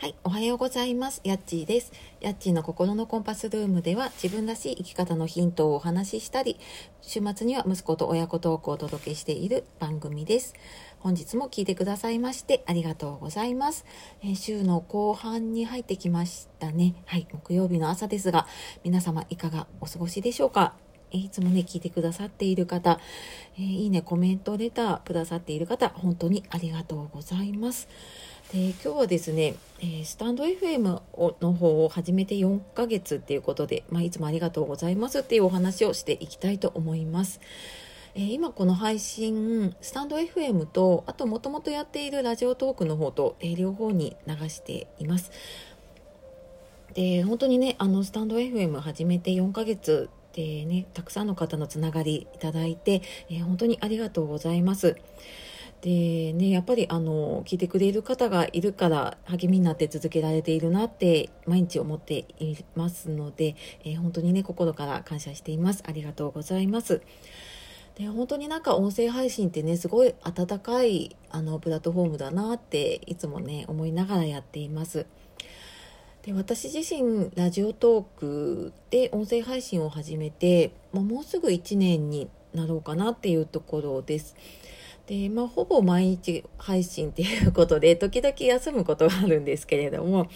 はい、おはようございます。やっちーです。やっちーの心のコンパスルームでは自分らしい生き方のヒントをお話ししたり、週末には息子と親子トークをお届けしている番組です。本日も聞いてくださいましてありがとうございます。週の後半に入ってきましたね。はい、木曜日の朝ですが、皆様いかがお過ごしでしょうか。いつもね聞いてくださっている方、いいねコメントレターくださっている方、本当にありがとうございます。で今日はですね、スタンド FM の方を始めて4ヶ月っていうことで、いつもありがとうございますっていうお話をしていきたいと思います。今この配信スタンド FM とあともともとやっているラジオトークの方と、両方に流しています。で本当にねスタンド FM 始めて4ヶ月でね、たくさんの方のつながりいただいて、本当にありがとうございます。でね、やっぱり聞いてくれる方がいるから励みになって続けられているなって毎日思っていますので、本当にね心から感謝しています。ありがとうございます。で本当に音声配信ってねすごい温かいプラットフォームだなっていつもね思いながらやっています。で私自身ラジオトークで音声配信を始めて、もうすぐ1年になろうかなっていうところです。でほぼ毎日配信っていうことで時々休むことがあるんですけれども、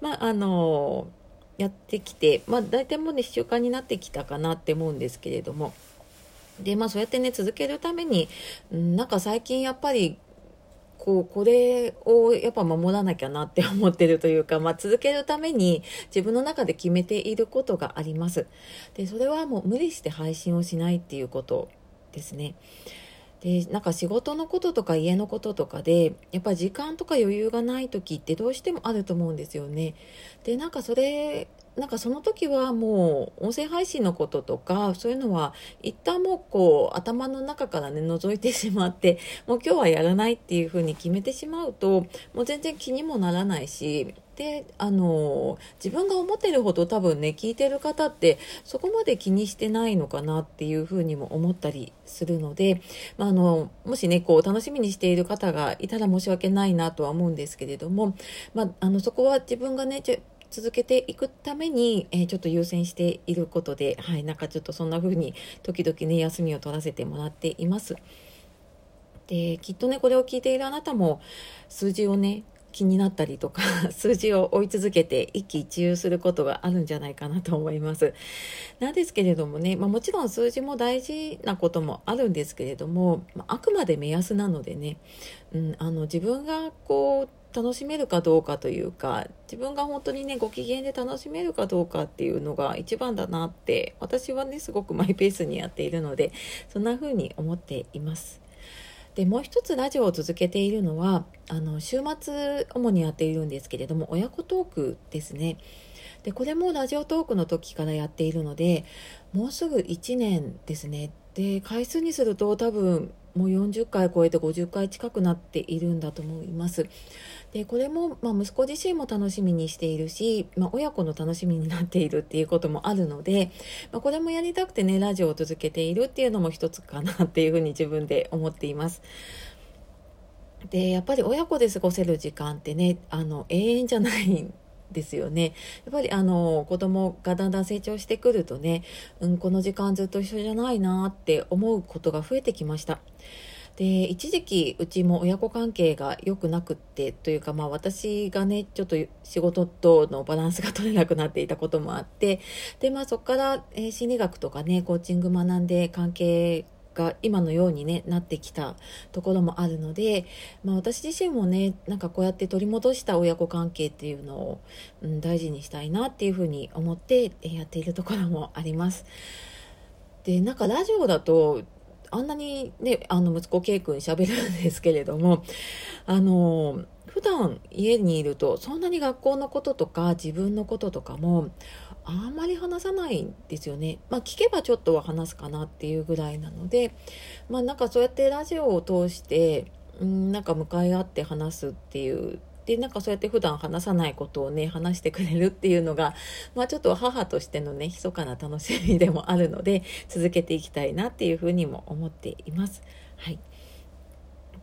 やってきて、大体もうね習慣になってきたかなって思うんですけれども、でそうやってね続けるために、最近やっぱりこれをやっぱ守らなきゃなって思ってるというか、続けるために自分の中で決めていることがあります。でそれはもう無理して配信をしないっていうことですね。で仕事のこととか家のこととかでやっぱり時間とか余裕がない時ってどうしてもあると思うんですよね。でその時はもう音声配信のこととかそういうのは一旦もう頭の中からね覗いてしまって、もう今日はやらないっていうふうに決めてしまうともう全然気にもならないし、で自分が思ってるほど多分ね聞いてる方ってそこまで気にしてないのかなっていうふうにも思ったりするので、もしね楽しみにしている方がいたら申し訳ないなとは思うんですけれども、そこは自分がね続けていくために、ちょっと優先していることで、ちょっとそんな風に時々ね休みを取らせてもらっています。できっとねこれを聞いているあなたも数字をね気になったりとか数字を追い続けて一喜一憂することがあるんじゃないかなと思います。なんですけれどもね、もちろん数字も大事なこともあるんですけれども、あくまで目安なのでね、自分が楽しめるかどうかというか、自分が本当にねご機嫌で楽しめるかどうかっていうのが一番だなって私はねすごくマイペースにやっているので、そんな風に思っています。でもう一つラジオを続けているのは週末主にやっているんですけれども、親子トークですね。でこれもラジオトークの時からやっているのでもうすぐ1年ですね。で回数にすると多分もう40回超えて50回近くなっているんだと思います。でこれも、息子自身も楽しみにしているし、親子の楽しみになっているっていうこともあるので、これもやりたくてねラジオを続けているっていうのも一つかなっていうふうに自分で思っています。でやっぱり親子で過ごせる時間ってね永遠じゃないんですよね。やっぱり子供がだんだん成長してくるとね、この時間ずっと一緒じゃないなって思うことが増えてきました。で一時期うちも親子関係が良くなくってというか、私がねちょっと仕事とのバランスが取れなくなっていたこともあって、でそこから、心理学とかねコーチング学んで関係が今のように、ね、なってきたところもあるので、私自身もねこうやって取り戻した親子関係っていうのを、大事にしたいなっていうふうに思ってやっているところもあります。でラジオだとあんなにね息子 K 君喋るんですけれども、普段家にいるとそんなに学校のこととか自分のこととかもあんまり話さないんですよね。聞けばちょっとは話すかなっていうぐらいなので、そうやってラジオを通して向かい合って話すっていうでそうやって普段話さないことをね話してくれるっていうのが、ちょっと母としてのね密かな楽しみでもあるので続けていきたいなっていうふうにも思っています。はい。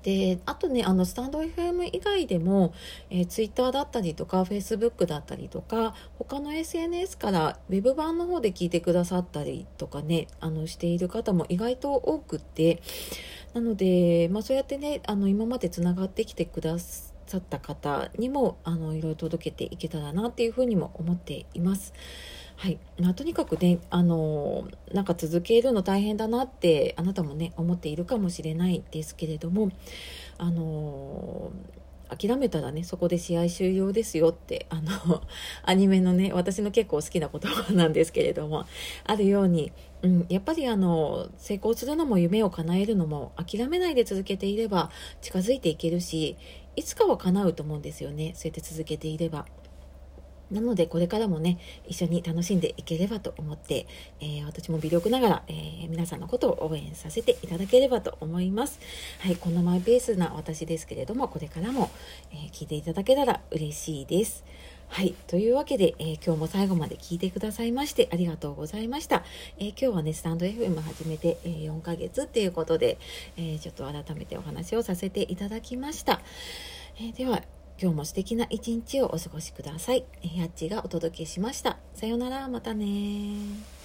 であとねスタンド FM 以外でも、ツイッターだったりとかフェイスブックだったりとか他の SNS からウェブ版の方で聞いてくださったりとかねしている方も意外と多くって、なので、そうやってね今までつながってきてくださった方にもいろいろ届けていけたらなっていうふうにも思っています。はい、とにかくねなんか続けるの大変だなってあなたもね思っているかもしれないですけれども、諦めたらねそこで試合終了ですよってアニメのね私の結構好きな言葉なんですけれどもあるように、やっぱり成功するのも夢を叶えるのも諦めないで続けていれば近づいていけるし、いつかは叶うと思うんですよね、そうやって続けていれば。なのでこれからもね一緒に楽しんでいければと思って、私も微力ながら、皆さんのことを応援させていただければと思います。はい、こんなマイペースな私ですけれどもこれからも、聞いていただけたら嬉しいです。はい、というわけで、今日も最後まで聞いてくださいましてありがとうございました。今日はねスタンド FM 始めて、4ヶ月っていうことで、ちょっと改めてお話をさせていただきました。では今日も素敵な一日をお過ごしください。やっちがお届けしました。さようなら、またね。